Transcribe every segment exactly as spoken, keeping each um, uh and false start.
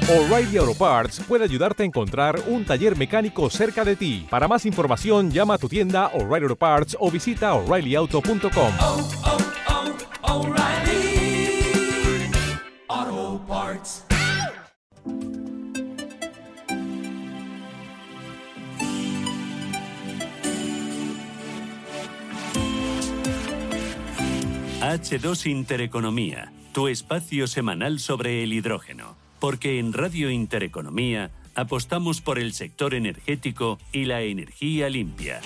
O'Reilly Auto Parts puede ayudarte a encontrar un taller mecánico cerca de ti. Para más información, llama a tu tienda O'Reilly Auto Parts o visita O'Reilly Auto punto com. Oh, oh, oh, O'Reilly Auto Parts. H dos Intereconomía, tu espacio semanal sobre el hidrógeno. Porque en Radio Intereconomía apostamos por el sector energético y la energía limpia.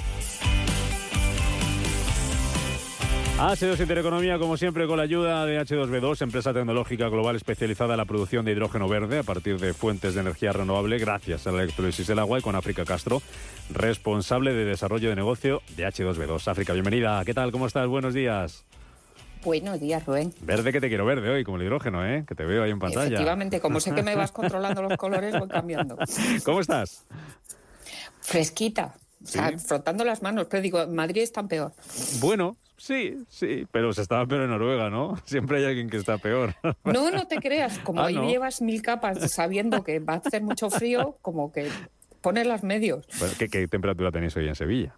H dos Intereconomía, como siempre, con la ayuda de H dos B dos, empresa tecnológica global especializada en la producción de hidrógeno verde a partir de fuentes de energía renovable gracias a la electrólisis del agua, y con África Castro, responsable de desarrollo de negocio de H dos B dos. África, bienvenida. ¿Qué tal? ¿Cómo estás? Buenos días. Buenos días, Rubén. Verde que te quiero verde hoy, como el hidrógeno, ¿eh? Que te veo ahí en pantalla. Efectivamente, como sé que me vas controlando los colores, voy cambiando. ¿Cómo estás? Fresquita. O sea, ¿sí? Frotando las manos, pero digo, en Madrid están peor. Bueno, sí, sí, pero se estaba peor en Noruega, ¿no? Siempre hay alguien que está peor. No, no te creas, como ah, ahí ¿no? llevas mil capas sabiendo que va a hacer mucho frío, como que pones las medios. Bueno, ¿qué, qué temperatura tenéis hoy en Sevilla?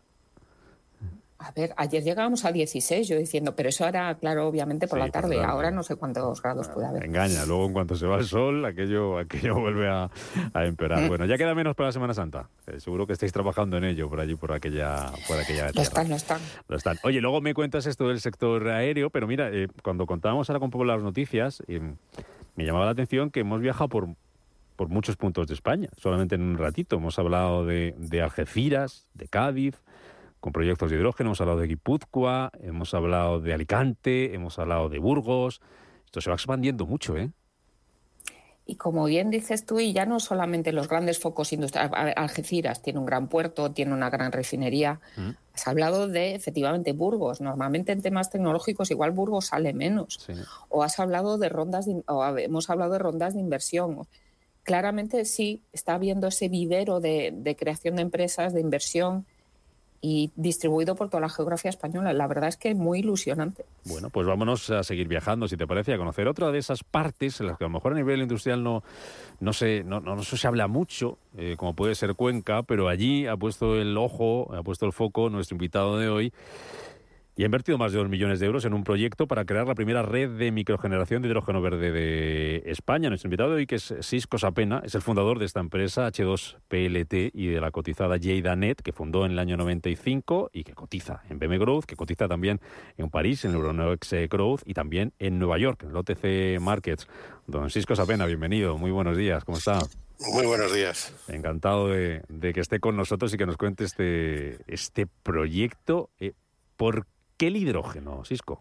A ver, ayer llegábamos a dieciséis, yo diciendo, pero eso era, claro, obviamente por sí, la tarde. Por ahora no sé cuántos grados puede haber. Engaña, luego en cuanto se va el sol, aquello, aquello vuelve a, a empeorar. Bueno, ya queda menos para la Semana Santa. Eh, seguro que estáis trabajando en ello por allí, por aquella, por aquella tierra. Lo están, lo están. Lo están. Oye, luego me cuentas esto del sector aéreo, pero mira, eh, cuando contábamos ahora con poco las noticias, eh, me llamaba la atención que hemos viajado por, por muchos puntos de España, solamente en un ratito. Hemos hablado de, de Algeciras, de Cádiz, con proyectos de hidrógeno, hemos hablado de Guipúzcoa, hemos hablado de Alicante, hemos hablado de Burgos. Esto se va expandiendo mucho, ¿eh? Y como bien dices tú, y ya no solamente los grandes focos industriales, Algeciras tiene un gran puerto, tiene una gran refinería. ¿Mm? Has hablado de, efectivamente, Burgos. Normalmente en temas tecnológicos igual Burgos sale menos. Sí. O has hablado de rondas, de, o hemos hablado de rondas de inversión. Claramente sí, está habiendo ese vivero de, de creación de empresas, de inversión, y distribuido por toda la geografía española. La verdad es que es muy ilusionante. Bueno, pues vámonos a seguir viajando, si te parece, a conocer otra de esas partes en las que a lo mejor a nivel industrial no, no, se, no, no, no se habla mucho, eh, como puede ser Cuenca, pero allí ha puesto el ojo, ha puesto el foco nuestro invitado de hoy, y ha invertido más de dos millones de euros en un proyecto para crear la primera red de microgeneración de hidrógeno verde de España. Nuestro invitado de hoy, que es Sisco Sapena, es el fundador de esta empresa H dos P L T y de la cotizada JadaNet, que fundó en el año noventa y cinco y que cotiza en B M Growth, que cotiza también en París, en Euronext Growth, y también en Nueva York, en el O T C Markets. Don Sisco Sapena, bienvenido. Muy buenos días. ¿Cómo está? Muy buenos días. Encantado de, de que esté con nosotros y que nos cuente este, este proyecto. Eh, ¿Por qué el hidrógeno, Sisco?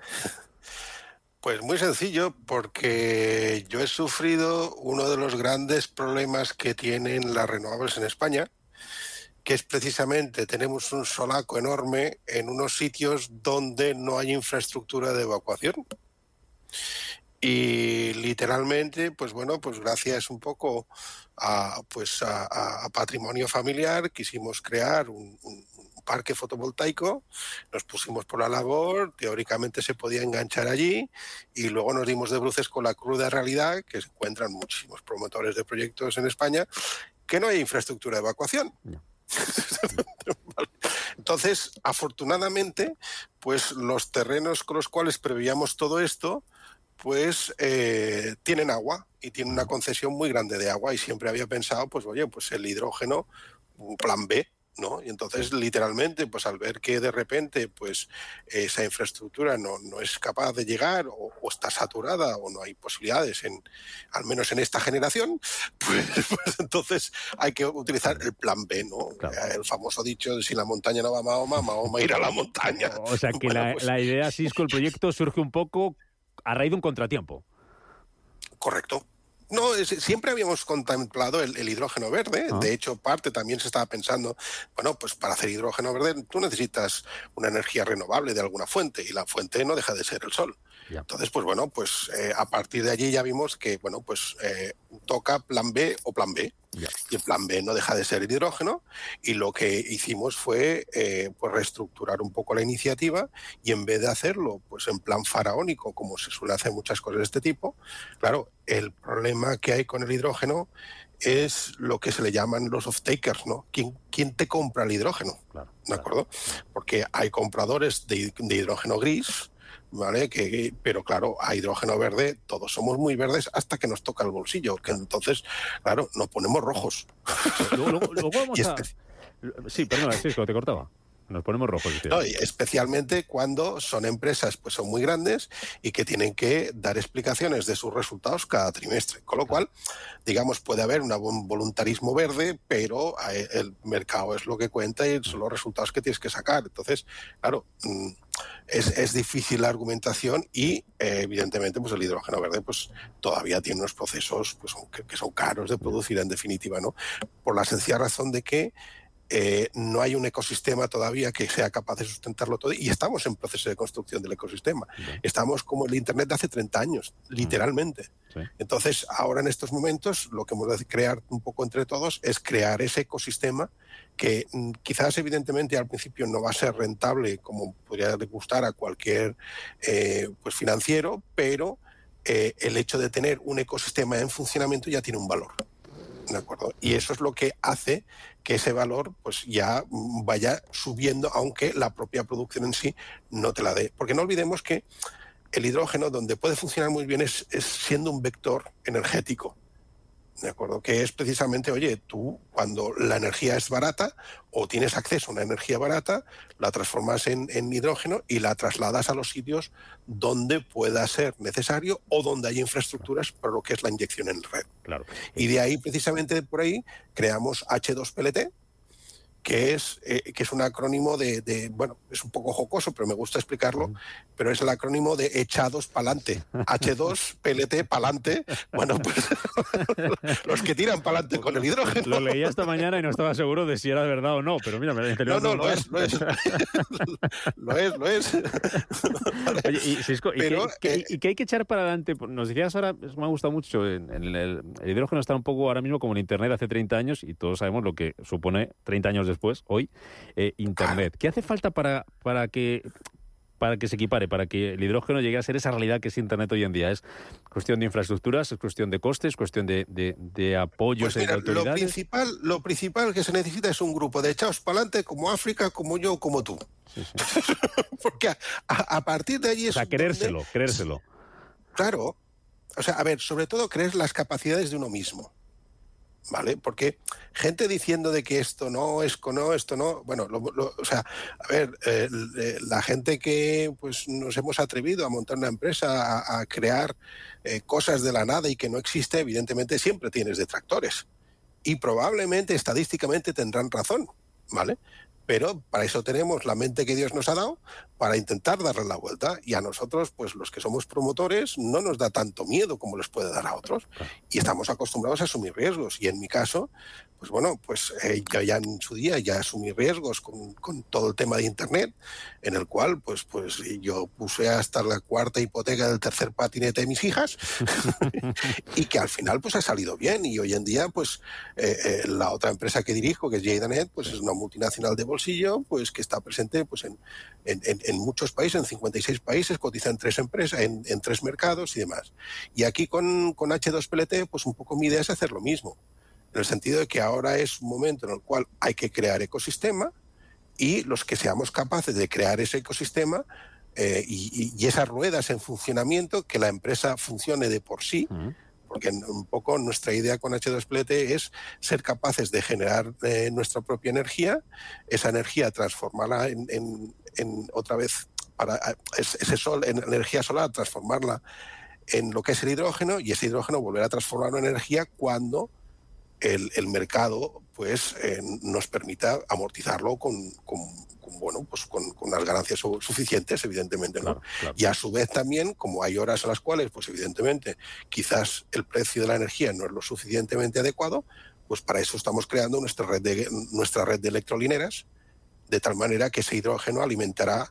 Pues muy sencillo, porque yo he sufrido uno de los grandes problemas que tienen las renovables en España, que es precisamente tenemos un solaco enorme en unos sitios donde no hay infraestructura de evacuación. Y literalmente, pues bueno, pues gracias un poco a, pues a, a patrimonio familiar, quisimos crear un, un parque fotovoltaico, nos pusimos por la labor, teóricamente se podía enganchar allí, y luego nos dimos de bruces con la cruda realidad que se encuentran muchísimos promotores de proyectos en España, que no hay infraestructura de evacuación. No. Entonces, afortunadamente, pues los terrenos con los cuales preveíamos todo esto, pues eh, tienen agua y tienen una concesión muy grande de agua, y siempre había pensado, pues oye, pues el hidrógeno, un plan B, ¿no? Y entonces, literalmente, pues al ver que de repente pues esa infraestructura no, no es capaz de llegar, o, o está saturada, o no hay posibilidades, en, al menos en esta generación, pues, pues entonces hay que utilizar el plan B, ¿no? Claro. El famoso dicho de si la montaña no va a Mahoma, Mahoma irá a la montaña. O sea que bueno, la, pues, la idea, Sisco, el proyecto surge un poco a raíz de un contratiempo. Correcto. No, es, siempre habíamos contemplado el, el hidrógeno verde. Ah. De hecho, parte también se estaba pensando, bueno, pues para hacer hidrógeno verde tú necesitas una energía renovable de alguna fuente, y la fuente no deja de ser el sol. Ya. Entonces, pues bueno, pues eh, a partir de allí ya vimos que, bueno, pues eh, toca plan B o plan B. Ya. Y el plan B no deja de ser el hidrógeno, y lo que hicimos fue eh, pues reestructurar un poco la iniciativa, y en vez de hacerlo pues en plan faraónico, como se suele hacer muchas cosas de este tipo, claro, el problema que hay con el hidrógeno es lo que se le llaman los off-takers, ¿no? ¿Quién, quién te compra el hidrógeno? Claro, ¿De acuerdo? Porque hay compradores de, de hidrógeno gris, ¿vale? Que, pero claro, a hidrógeno verde todos somos muy verdes hasta que nos toca el bolsillo, que entonces, claro, nos ponemos rojos. Luego, luego, luego vamos Y a... espe- Sí, perdona, sí, es que te cortaba. Nos ponemos rojos. decía. No, y especialmente cuando son empresas pues son muy grandes y que tienen que dar explicaciones de sus resultados cada trimestre. Con lo cual, digamos, puede haber una- un voluntarismo verde, pero eh, el mercado es lo que cuenta y son los resultados que tienes que sacar. Entonces, claro, mm, es, es difícil la argumentación y eh, evidentemente pues el hidrógeno verde pues todavía tiene unos procesos pues, son- que, que son caros de producir en definitiva, ¿no? Por la sencilla razón de que Eh, no hay un ecosistema todavía que sea capaz de sustentarlo todo, y estamos en proceso de construcción del ecosistema. Bien. Estamos como el Internet de hace treinta años, literalmente. Sí. Entonces, ahora en estos momentos, lo que hemos de crear un poco entre todos es crear ese ecosistema que mm, quizás evidentemente al principio no va a ser rentable como podría gustar a cualquier eh, pues financiero, pero eh, el hecho de tener un ecosistema en funcionamiento ya tiene un valor. ¿De acuerdo? Y eso es lo que hace que ese valor pues ya vaya subiendo, aunque la propia producción en sí no te la dé. Porque no olvidemos que el hidrógeno, donde puede funcionar muy bien, es, es siendo un vector energético. ¿De acuerdo? Que es precisamente, oye, tú cuando la energía es barata o tienes acceso a una energía barata, la transformas en, en hidrógeno y la trasladas a los sitios donde pueda ser necesario o donde hay infraestructuras para lo que es la inyección en red. Claro. Y de ahí, precisamente por ahí, creamos hache dos pe ele te, que es, eh, que es un acrónimo de, de, bueno, es un poco jocoso, pero me gusta explicarlo, pero es el acrónimo de echados pa'lante. hache dos pe ele te pa'lante, bueno, pues los que tiran pa'lante con el hidrógeno. Lo leí esta mañana y no estaba seguro de si era verdad o no, pero mira, me me No, no, lo es, lo es. Lo es, lo es. Oye, y, Sisco, ¿y, Pero, qué, eh, qué- y qué hay que echar para adelante? Nos decías ahora, me ha gustado mucho, en, en el, el hidrógeno está un poco ahora mismo como el Internet hace treinta años y todos sabemos lo que supone treinta años después, hoy, eh, Internet. ¿Qué hace falta para, para que... para que se equipare, para que el hidrógeno llegue a ser esa realidad que es Internet hoy en día? ¿Es cuestión de infraestructuras, es cuestión de costes, cuestión de, de, de apoyos Pues mira, de lo autoridades? principal, lo principal que se necesita es un grupo de echados pa'lante como África, como yo, como tú. Sí, sí. Porque a, a- a partir de allí O es sea, donde- creérselo, creérselo. Claro. O sea, a ver, sobre todo creer las capacidades de uno mismo. ¿Vale? Porque gente diciendo de que esto no, es no, esto no, bueno, lo, lo, o sea, a ver, eh, la gente que pues nos hemos atrevido a montar una empresa, a, a crear eh, cosas de la nada y que no existe, evidentemente siempre tienes detractores. Y probablemente, estadísticamente, tendrán razón, ¿vale? Pero para eso tenemos la mente que Dios nos ha dado para intentar darle la vuelta. Y a nosotros, pues los que somos promotores, no nos da tanto miedo como les puede dar a otros. Y estamos acostumbrados a asumir riesgos. Y en mi caso, pues bueno, pues eh, yo ya en su día ya asumí riesgos con, con todo el tema de Internet, en el cual pues, pues yo puse hasta la cuarta hipoteca del tercer patinete de mis hijas y que al final pues ha salido bien. Y hoy en día, pues eh, eh, la otra empresa que dirijo, que es Jadanet, pues es una multinacional de bolsillo, pues que está presente pues en, en, en, en muchos países, en cincuenta y seis países, cotiza en tres empresas, en, en tres mercados y demás. Y aquí con, con hache dos pe ele te, pues un poco mi idea es hacer lo mismo, en el sentido de que ahora es un momento en el cual hay que crear ecosistema, y los que seamos capaces de crear ese ecosistema eh, y, y esas ruedas en funcionamiento, que la empresa funcione de por sí, uh-huh. Porque un poco nuestra idea con hache dos pe ele te es ser capaces de generar eh, nuestra propia energía, esa energía transformarla en, en, en otra vez, para ese sol, en energía solar, transformarla en lo que es el hidrógeno, y ese hidrógeno volver a transformarlo en energía cuando el, el mercado pues eh, nos permita amortizarlo con, con, con bueno pues con, con unas ganancias suficientes, evidentemente, ¿no? Claro, claro. Y a su vez también, como hay horas a las cuales pues evidentemente quizás el precio de la energía no es lo suficientemente adecuado, pues para eso estamos creando nuestra red de, nuestra red de electrolineras, de tal manera que ese hidrógeno alimentará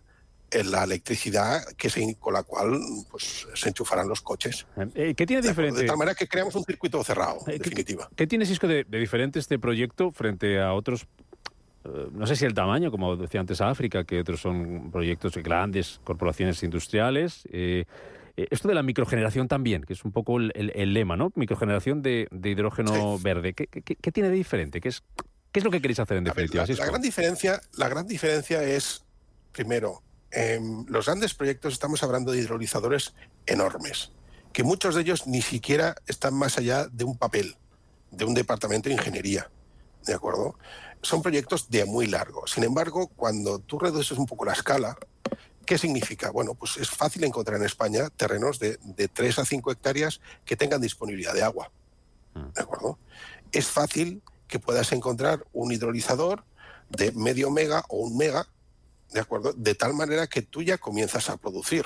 en la electricidad que se, con la cual pues, se enchufarán los coches. Eh, ¿Qué tiene de diferente? De tal manera que creamos un circuito cerrado, en eh, definitiva. ¿Qué, qué tiene, Sisco, de, de diferente este proyecto frente a otros? Eh, no sé si el tamaño, como decía antes África, que otros son proyectos de grandes corporaciones industriales. Eh, eh, esto de la microgeneración también, que es un poco el, el, el lema, ¿no? Microgeneración de, de hidrógeno sí. verde. ¿Qué, qué, ¿Qué tiene de diferente? ¿Qué es, qué es lo que queréis hacer en definitiva? A ver, la, la, gran diferencia, la gran diferencia es, primero, Eh, los grandes proyectos, estamos hablando de hidrolizadores enormes, que muchos de ellos ni siquiera están más allá de un papel, de un departamento de ingeniería, ¿de acuerdo? Son proyectos de muy largo. Sin embargo, cuando tú reduces un poco la escala, ¿qué significa? Bueno, pues es fácil encontrar en España terrenos de, de tres a cinco hectáreas que tengan disponibilidad de agua, ¿de acuerdo? Es fácil que puedas encontrar un hidrolizador de medio mega o un mega, ¿de acuerdo? De tal manera que tú ya comienzas a producir,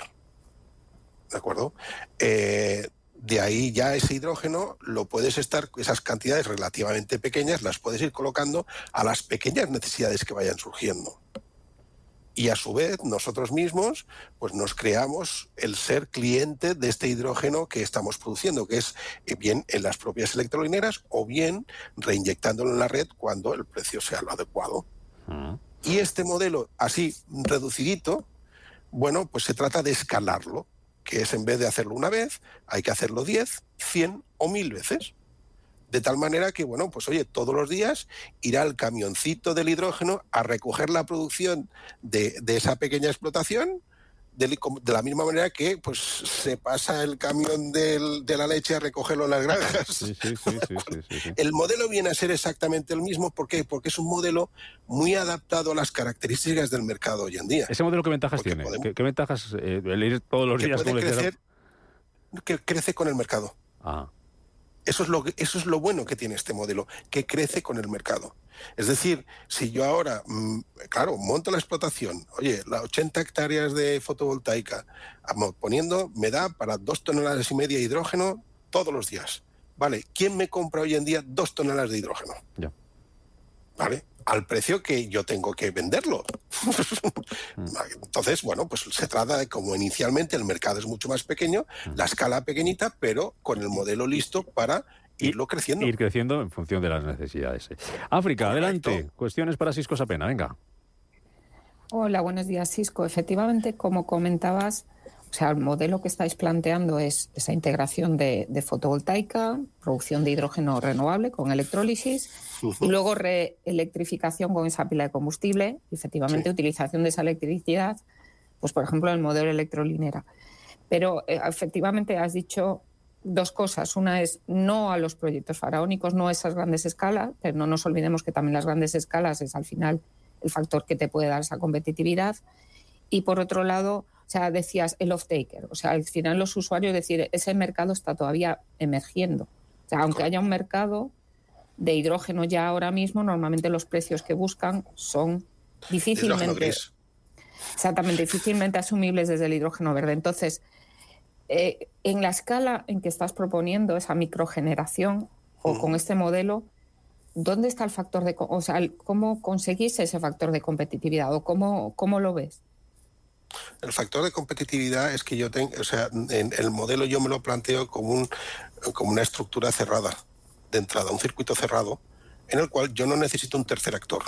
¿de acuerdo? Eh, de ahí ya ese hidrógeno lo puedes estar, esas cantidades relativamente pequeñas las puedes ir colocando a las pequeñas necesidades que vayan surgiendo. Y a su vez nosotros mismos pues nos creamos el ser cliente de este hidrógeno que estamos produciendo, que es bien en las propias electrolineras o bien reinyectándolo en la red cuando el precio sea lo adecuado. Uh-huh. Y este modelo así reducidito, bueno, pues se trata de escalarlo, que es en vez de hacerlo una vez, hay que hacerlo diez, cien o mil veces. De tal manera que, bueno, pues oye, todos los días irá el camioncito del hidrógeno a recoger la producción de, de esa pequeña explotación, de, de la misma manera que pues se pasa el camión del, de la leche a recogerlo en las granjas. Sí, sí, sí, sí, sí, sí, sí. El modelo viene a ser exactamente el mismo. ¿Por qué? Porque es un modelo muy adaptado a las características del mercado hoy en día. ¿Ese modelo qué ventajas Porque tiene? Podemos, ¿Qué, ¿Qué ventajas eh, el ir todos los que días? Puede crecer, que crece con el mercado. Ah. Eso es, lo, eso es lo bueno que tiene este modelo, que crece con el mercado. Es decir, si yo ahora, mmm, claro, monto la explotación, oye, las ochenta hectáreas de fotovoltaica, poniendo, me da para dos toneladas y media de hidrógeno todos los días. Vale, ¿quién me compra hoy en día dos toneladas de hidrógeno? Ya. Vale, al precio que yo tengo que venderlo. Entonces, bueno, pues se trata de como inicialmente el mercado es mucho más pequeño, la escala pequeñita, pero con el modelo listo para irlo creciendo. Ir creciendo en función de las necesidades. África, Correcto. Adelante. Cuestiones para Sisco Sapena, venga. Hola, buenos días, Sisco. Efectivamente, como comentabas, o sea, el modelo que estáis planteando es esa integración de, de fotovoltaica, producción de hidrógeno renovable con electrólisis, uh-huh. y luego reelectrificación con esa pila de combustible, y efectivamente sí. utilización de esa electricidad, pues por ejemplo en el modelo electrolinera. Pero eh, efectivamente has dicho dos cosas. Una es no a los proyectos faraónicos, no a esas grandes escalas, pero no nos olvidemos que también las grandes escalas es al final el factor que te puede dar esa competitividad. Y por otro lado, o sea, decías el off-taker, o sea, al final los usuarios, es decir, ese mercado está todavía emergiendo. O sea, aunque haya un mercado de hidrógeno ya ahora mismo, normalmente los precios que buscan son difícilmente, exactamente, difícilmente asumibles desde el hidrógeno verde. Entonces, eh, en la escala en que estás proponiendo esa microgeneración o con este modelo, ¿dónde está el factor de, o sea, cómo conseguís ese factor de competitividad o cómo, cómo lo ves? El factor de competitividad es que yo tengo, o sea, en el modelo yo me lo planteo como, un, como una estructura cerrada de entrada, un circuito cerrado en el cual yo no necesito un tercer actor.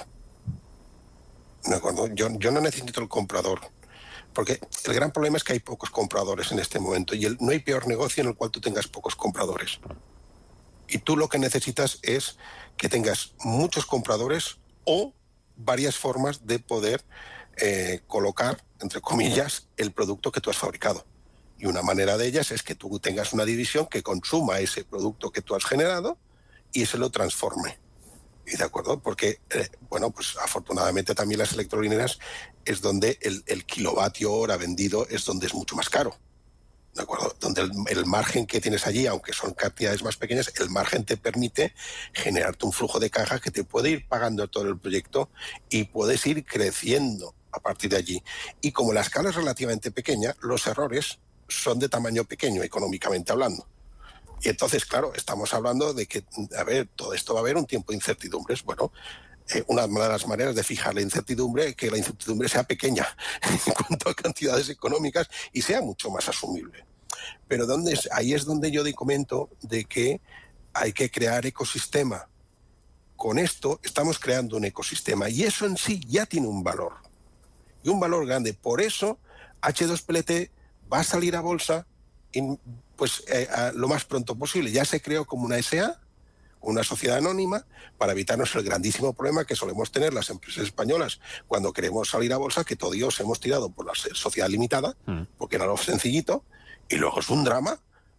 ¿De acuerdo? Yo, yo no necesito el comprador, porque el gran problema es que hay pocos compradores en este momento y el, no hay peor negocio en el cual tú tengas pocos compradores. Y tú lo que necesitas es que tengas muchos compradores o varias formas de poder eh, colocar, entre comillas, el producto que tú has fabricado. Y una manera de ellas es que tú tengas una división que consuma ese producto que tú has generado y se lo transforme. ¿Y de acuerdo? Porque, eh, bueno, pues afortunadamente también las electrolineras es donde el, el kilovatio hora vendido es donde es mucho más caro. ¿De acuerdo? Donde el, el margen que tienes allí, aunque son cantidades más pequeñas, el margen te permite generarte un flujo de caja que te puede ir pagando todo el proyecto y puedes ir creciendo a partir de allí. Y como la escala es relativamente pequeña, los errores son de tamaño pequeño, económicamente hablando. Y entonces, claro, estamos hablando de que, a ver, todo esto va a haber un tiempo de incertidumbres. Bueno, eh, una de las maneras de fijar la incertidumbre, que la incertidumbre sea pequeña en cuanto a cantidades económicas y sea mucho más asumible. Pero donde es, ahí es donde yo comento de que hay que crear ecosistema. Con esto estamos creando un ecosistema y eso en sí ya tiene un valor. Y un valor grande. Por eso hache dos pe ele te va a salir a bolsa en, pues, eh, a lo más pronto posible. Ya se creó como una ese a, una sociedad anónima, para evitarnos el grandísimo problema que solemos tener las empresas españolas cuando queremos salir a bolsa, que todos hemos tirado por la sociedad limitada, mm. porque era lo sencillito, y luego es un drama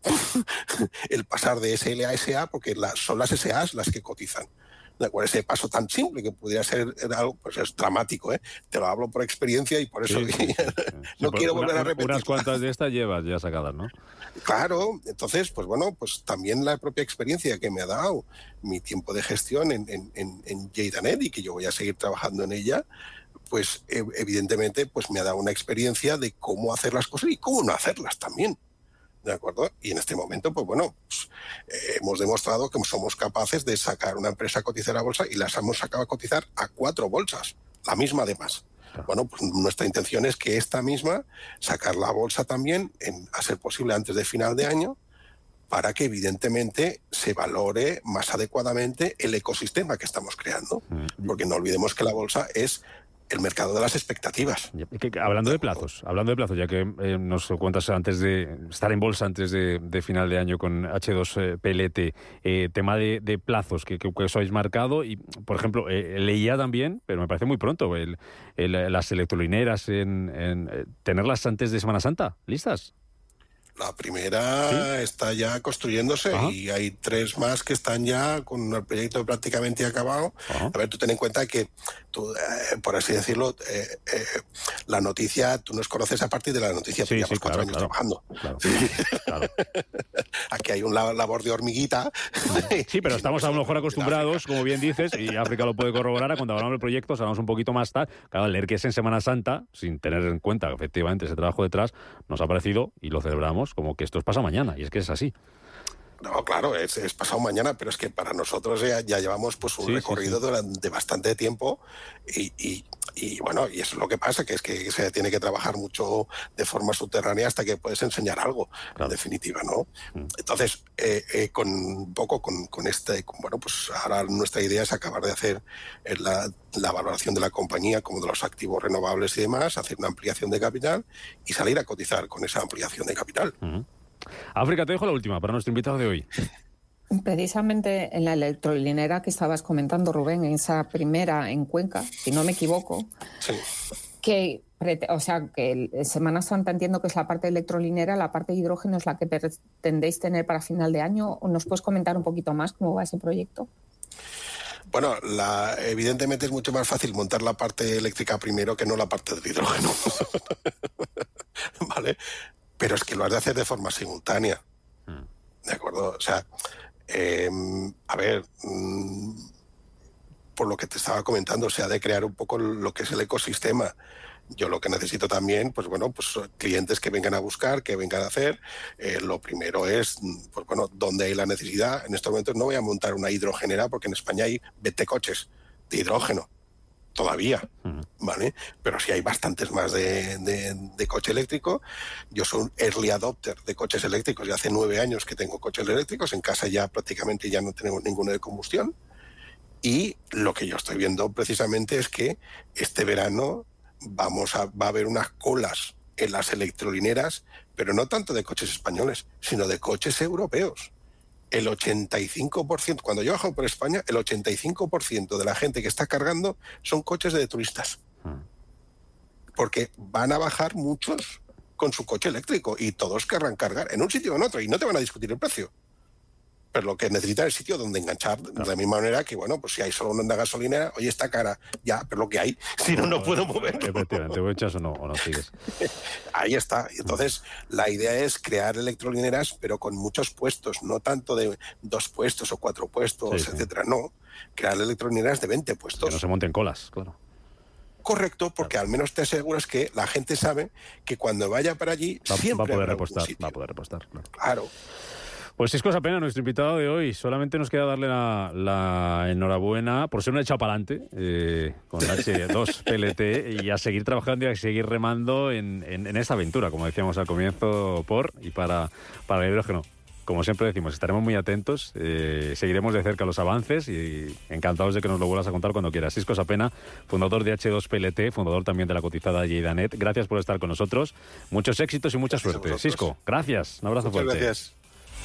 el pasar de ese ele a ese a, porque las, son las ese as las que cotizan. ¿De acuerdo? Ese paso tan simple que pudiera ser algo, pues es dramático, ¿eh? Te lo hablo por experiencia y por eso sí, sí, sí. no sí, quiero volver una, a repetir. Unas cuantas de estas llevas ya sacadas, ¿no? Claro, entonces, pues bueno, pues también la propia experiencia que me ha dado mi tiempo de gestión en, en, en, en Jadanet, y que yo voy a seguir trabajando en ella, pues evidentemente pues me ha dado una experiencia de cómo hacer las cosas y cómo no hacerlas también. ¿De acuerdo? Y en este momento, pues bueno, pues, eh, hemos demostrado que somos capaces de sacar una empresa a cotizar a bolsa y las hemos sacado a cotizar a cuatro bolsas, la misma además. Claro. Bueno, pues nuestra intención es que esta misma, sacarla a bolsa también, en, a ser posible antes de final de año, para que evidentemente se valore más adecuadamente el ecosistema que estamos creando. Porque no olvidemos que la bolsa es el mercado de las expectativas. Hablando de plazos, hablando de plazos, ya que eh, nos cuentas antes de estar en bolsa antes de, de final de año con hache dos pe ele te, eh, tema de, de plazos que, que, que os habéis marcado, y por ejemplo, eh, leía también, pero me parece muy pronto, el, el, las electrolineras, en, en eh, tenerlas antes de Semana Santa, ¿listas? La primera ¿Sí? está ya construyéndose. Ajá. Y hay tres más que están ya con el proyecto prácticamente acabado. Ajá. A ver, tú ten en cuenta que, tú, eh, por así decirlo, eh, eh, la noticia, tú nos conoces a partir de la noticia, sí, llevamos sí, cuatro claro, años claro, trabajando. Claro, claro. Aquí hay un labor de hormiguita. Sí, pero estamos a lo mejor acostumbrados, como bien dices, y África lo puede corroborar, a cuando hablamos del proyecto, hablamos un poquito más tarde. Claro, al leer que es en Semana Santa, sin tener en cuenta que efectivamente ese trabajo detrás, nos ha parecido, y lo celebramos, como que esto es pasado mañana, y es que es así. No, claro, es, es pasado mañana, pero es que para nosotros ya, ya llevamos pues un sí, recorrido sí, sí. durante bastante tiempo y, y, y bueno, y eso es lo que pasa, que es que se tiene que trabajar mucho de forma subterránea hasta que puedes enseñar algo, claro. En definitiva, ¿no? Mm. Entonces, eh, eh, con un poco con, con este, con, bueno, pues ahora nuestra idea es acabar de hacer la, la valoración de la compañía como de los activos renovables y demás, hacer una ampliación de capital y salir a cotizar con esa ampliación de capital. Mm. África, te dejo la última para nuestro invitado de hoy. Precisamente en la electrolinera que estabas comentando, Rubén, en esa primera en Cuenca, si no me equivoco, sí. que, o sea, que Semana Santa entiendo que es la parte electrolinera, la parte de hidrógeno es la que pretendéis tener para final de año. ¿Nos puedes comentar un poquito más cómo va ese proyecto? Bueno, la, evidentemente es mucho más fácil montar la parte eléctrica primero que no la parte del hidrógeno. ¿Vale? Pero es que lo has de hacer de forma simultánea. ¿De acuerdo? O sea, eh, a ver, mmm, por lo que te estaba comentando, o sea, de crear un poco lo que es el ecosistema. Yo lo que necesito también, pues bueno, pues clientes que vengan a buscar, que vengan a hacer. Eh, lo primero es, pues bueno, ¿dónde hay la necesidad? En estos momentos no voy a montar una hidrogenera porque en España hay veinte coches de hidrógeno. Todavía, ¿vale? Pero sí hay bastantes más de, de, de coche eléctrico. Yo soy un early adopter de coches eléctricos. Ya hace nueve años que tengo coches eléctricos. En casa ya prácticamente ya no tenemos ninguno de combustión. Y lo que yo estoy viendo precisamente es que este verano vamos a, va a haber unas colas en las electrolineras, pero no tanto de coches españoles, sino de coches europeos. El ochenta y cinco por ciento, cuando yo bajo por España, el ochenta y cinco por ciento de la gente que está cargando son coches de turistas. Porque van a bajar muchos con su coche eléctrico y todos querrán cargar en un sitio o en otro y no te van a discutir el precio. Pero lo que necesitan es sitio donde enganchar, claro. De la misma manera que, bueno, pues si hay solo una gasolinera, oye, está cara, ya, pero lo que hay, si no, no puedo mover. Efectivamente, o echas o no, o no sigues. Ahí está. Entonces, la idea es crear electrolineras, pero con muchos puestos, no tanto de dos puestos o cuatro puestos, sí, etcétera, sí. No. Crear electrolineras de veinte puestos. Que no se monten colas, claro. Correcto, porque claro. Al menos te aseguras que la gente sabe que cuando vaya para allí va, siempre va a poder repostar, va a poder repostar, claro. Claro. Pues Sisco Sapena, nuestro invitado de hoy. Solamente nos queda darle la, la enhorabuena por ser un echado para adelante eh, con H dos P L T y a seguir trabajando y a seguir remando en, en, en esta aventura, como decíamos al comienzo, por y para, para el hidrógeno. Como siempre decimos, estaremos muy atentos, eh, seguiremos de cerca los avances y encantados de que nos lo vuelvas a contar cuando quieras. Sisco Sapena, fundador de H dos P L T, fundador también de la cotizada Lleida.net. Gracias por estar con nosotros. Muchos éxitos y mucha Gracias suerte. Sisco, gracias. Un abrazo Muchas fuerte. Gracias.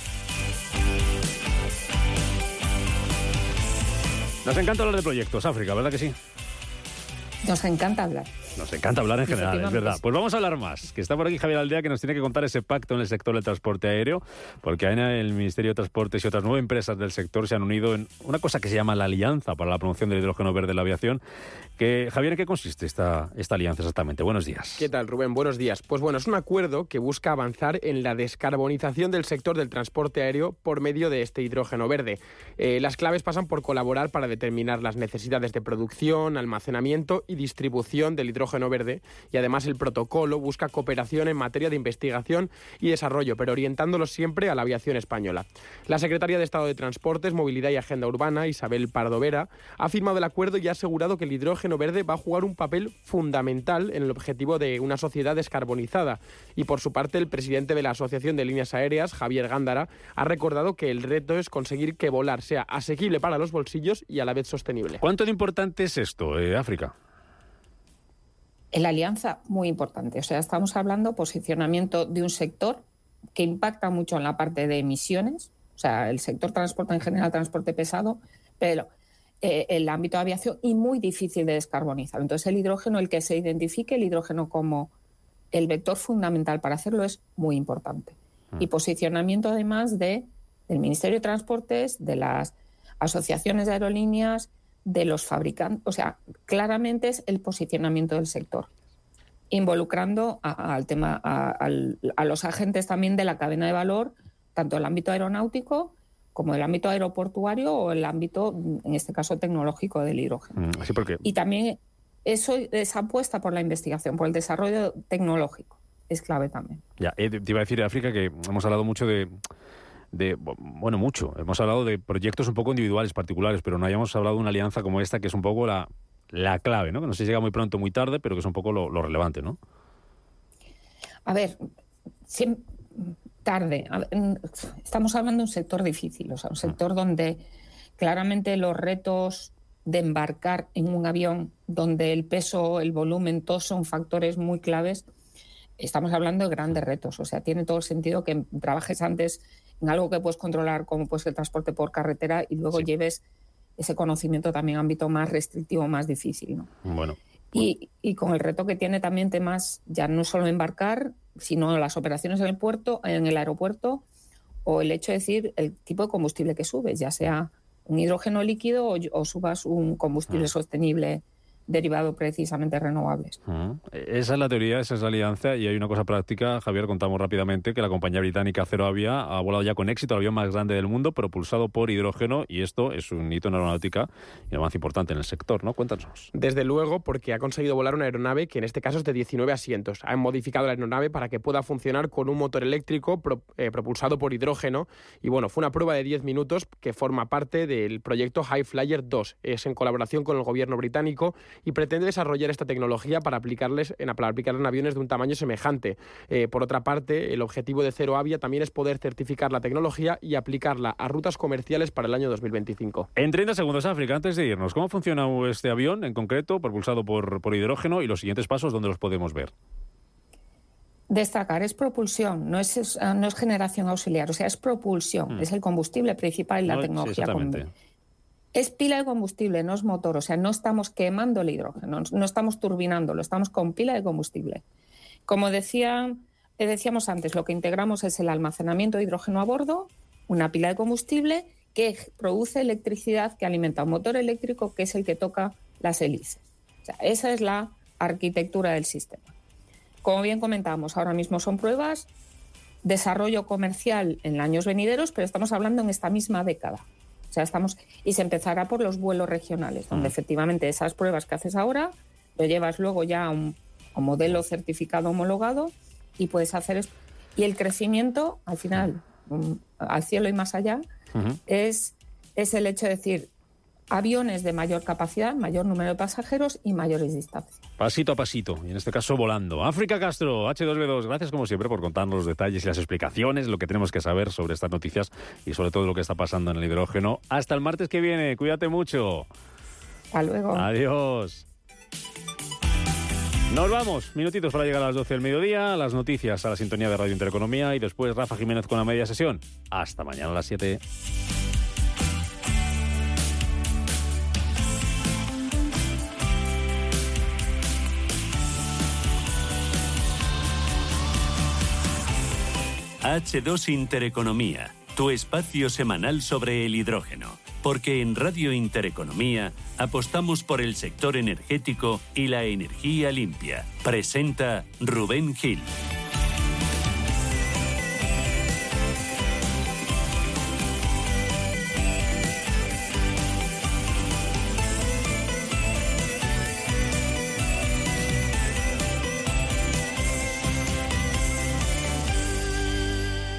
Nos encanta hablar de proyectos, África, ¿verdad que sí? Nos encanta hablar. Nos encanta hablar en general, es verdad. Pues vamos a hablar más, que está por aquí Javier Aldea, que nos tiene que contar ese pacto en el sector del transporte aéreo, porque AENA, el Ministerio de Transportes y otras nueve empresas del sector se han unido en una cosa que se llama la Alianza para la Promoción del Hidrógeno Verde en la Aviación. Que, Javier, ¿en qué consiste esta, esta alianza exactamente? Buenos días. ¿Qué tal, Rubén? Buenos días. Pues bueno, es un acuerdo que busca avanzar en la descarbonización del sector del transporte aéreo por medio de este hidrógeno verde. Eh, las claves pasan por colaborar para determinar las necesidades de producción, almacenamiento y distribución del hidrógeno verde, y además el protocolo busca cooperación en materia de investigación y desarrollo, pero orientándolo siempre a la aviación española. La secretaria de Estado de Transportes, Movilidad y Agenda Urbana, Isabel Pardo Vera, ha firmado el acuerdo y ha asegurado que el hidrógeno verde va a jugar un papel fundamental en el objetivo de una sociedad descarbonizada. Y por su parte, el presidente de la Asociación de Líneas Aéreas, Javier Gándara, ha recordado que el reto es conseguir que volar sea asequible para los bolsillos y a la vez sostenible. ¿Cuánto de importante es esto, eh, África? En la alianza, muy importante. O sea, estamos hablando posicionamiento de un sector que impacta mucho en la parte de emisiones, o sea, el sector transporte en general, transporte pesado, pero eh, el ámbito de aviación y muy difícil de descarbonizar. Entonces, el hidrógeno, el que se identifique el hidrógeno como el vector fundamental para hacerlo es muy importante. Y posicionamiento, además, de, del Ministerio de Transportes, de las asociaciones de aerolíneas, de los fabricantes, o sea, claramente es el posicionamiento del sector, involucrando a, al tema, a, a, a los agentes también de la cadena de valor, tanto el ámbito aeronáutico como el ámbito aeroportuario o el ámbito, en este caso, tecnológico del hidrógeno. Sí, porque... Y también eso, esa apuesta por la investigación, por el desarrollo tecnológico, es clave también. Ya, eh, te iba a decir, África, que hemos hablado mucho de... de bueno, mucho. Hemos hablado de proyectos un poco individuales, particulares, pero no hayamos hablado de una alianza como esta, que es un poco la, la clave, ¿no? Que no sé si llega muy pronto o muy tarde, pero que es un poco lo, lo relevante, ¿no? A ver, siempre, tarde. A ver, estamos hablando de un sector difícil, o sea, un sector donde claramente los retos de embarcar en un avión, donde el peso, el volumen, todos son factores muy claves. Estamos hablando de grandes retos, o sea, tiene todo el sentido que trabajes antes en algo que puedes controlar, como pues el transporte por carretera, y luego sí. lleves ese conocimiento también a ámbito más restrictivo, más difícil, ¿no? Bueno. Y, y con el reto que tiene también temas, ya no solo embarcar, sino las operaciones en el puerto, en el aeropuerto, o el hecho de decir el tipo de combustible que subes, ya sea un hidrógeno líquido o, o subas un combustible uh-huh. sostenible derivado precisamente de renovables. Uh-huh. Esa es la teoría, esa es la alianza, y hay una cosa práctica. Javier, contamos rápidamente que la compañía británica ZeroAvia ha volado ya con éxito el avión más grande del mundo, propulsado por hidrógeno, y esto es un hito en aeronáutica y un avance importante en el sector, ¿no? Cuéntanos. Desde luego, porque ha conseguido volar una aeronave que en este caso es de diecinueve asientos. Han modificado la aeronave para que pueda funcionar con un motor eléctrico pro, eh, propulsado por hidrógeno, y bueno, fue una prueba de diez minutos que forma parte del proyecto High Flyer dos. Es en colaboración con el gobierno británico y pretende desarrollar esta tecnología para aplicarles en, para aplicarla en aviones de un tamaño semejante. Eh, por otra parte, el objetivo de ZeroAvia también es poder certificar la tecnología y aplicarla a rutas comerciales para el año dos mil veinticinco. En treinta segundos, África, antes de irnos, ¿cómo funciona este avión en concreto, propulsado por, por hidrógeno, y los siguientes pasos, dónde los podemos ver? Destacar, es propulsión, no es, es, no es generación auxiliar, o sea, es propulsión, mm. es el combustible principal y la no, tecnología. Sí, es pila de combustible, no es motor, o sea, no estamos quemando el hidrógeno, no estamos turbinándolo, estamos con pila de combustible. Como decía, decíamos antes, lo que integramos es el almacenamiento de hidrógeno a bordo, una pila de combustible que produce electricidad que alimenta un motor eléctrico que es el que toca las hélices. O sea, esa es la arquitectura del sistema. Como bien comentábamos, ahora mismo son pruebas, desarrollo comercial en años venideros, pero estamos hablando en esta misma década. O sea, estamos, y se empezará por los vuelos regionales, donde efectivamente esas pruebas que haces ahora lo llevas luego ya a un, a un modelo certificado homologado y puedes hacer eso. Y el crecimiento, al final, mm, al cielo y más allá, Uh-huh. es, es el hecho de decir aviones de mayor capacidad, mayor número de pasajeros y mayores distancias. Pasito a pasito, y en este caso volando. África Castro, hache dos be dos, gracias como siempre por contarnos los detalles y las explicaciones, lo que tenemos que saber sobre estas noticias y sobre todo lo que está pasando en el hidrógeno. Hasta el martes que viene, cuídate mucho. Hasta luego. Adiós. Nos vamos, minutitos para llegar a las doce del mediodía, las noticias a la sintonía de Radio Intereconomía y después Rafa Jiménez con la media sesión. Hasta mañana a las siete. hache dos Intereconomía, tu espacio semanal sobre el hidrógeno. Porque en Radio Intereconomía apostamos por el sector energético y la energía limpia. Presenta Rubén Gil.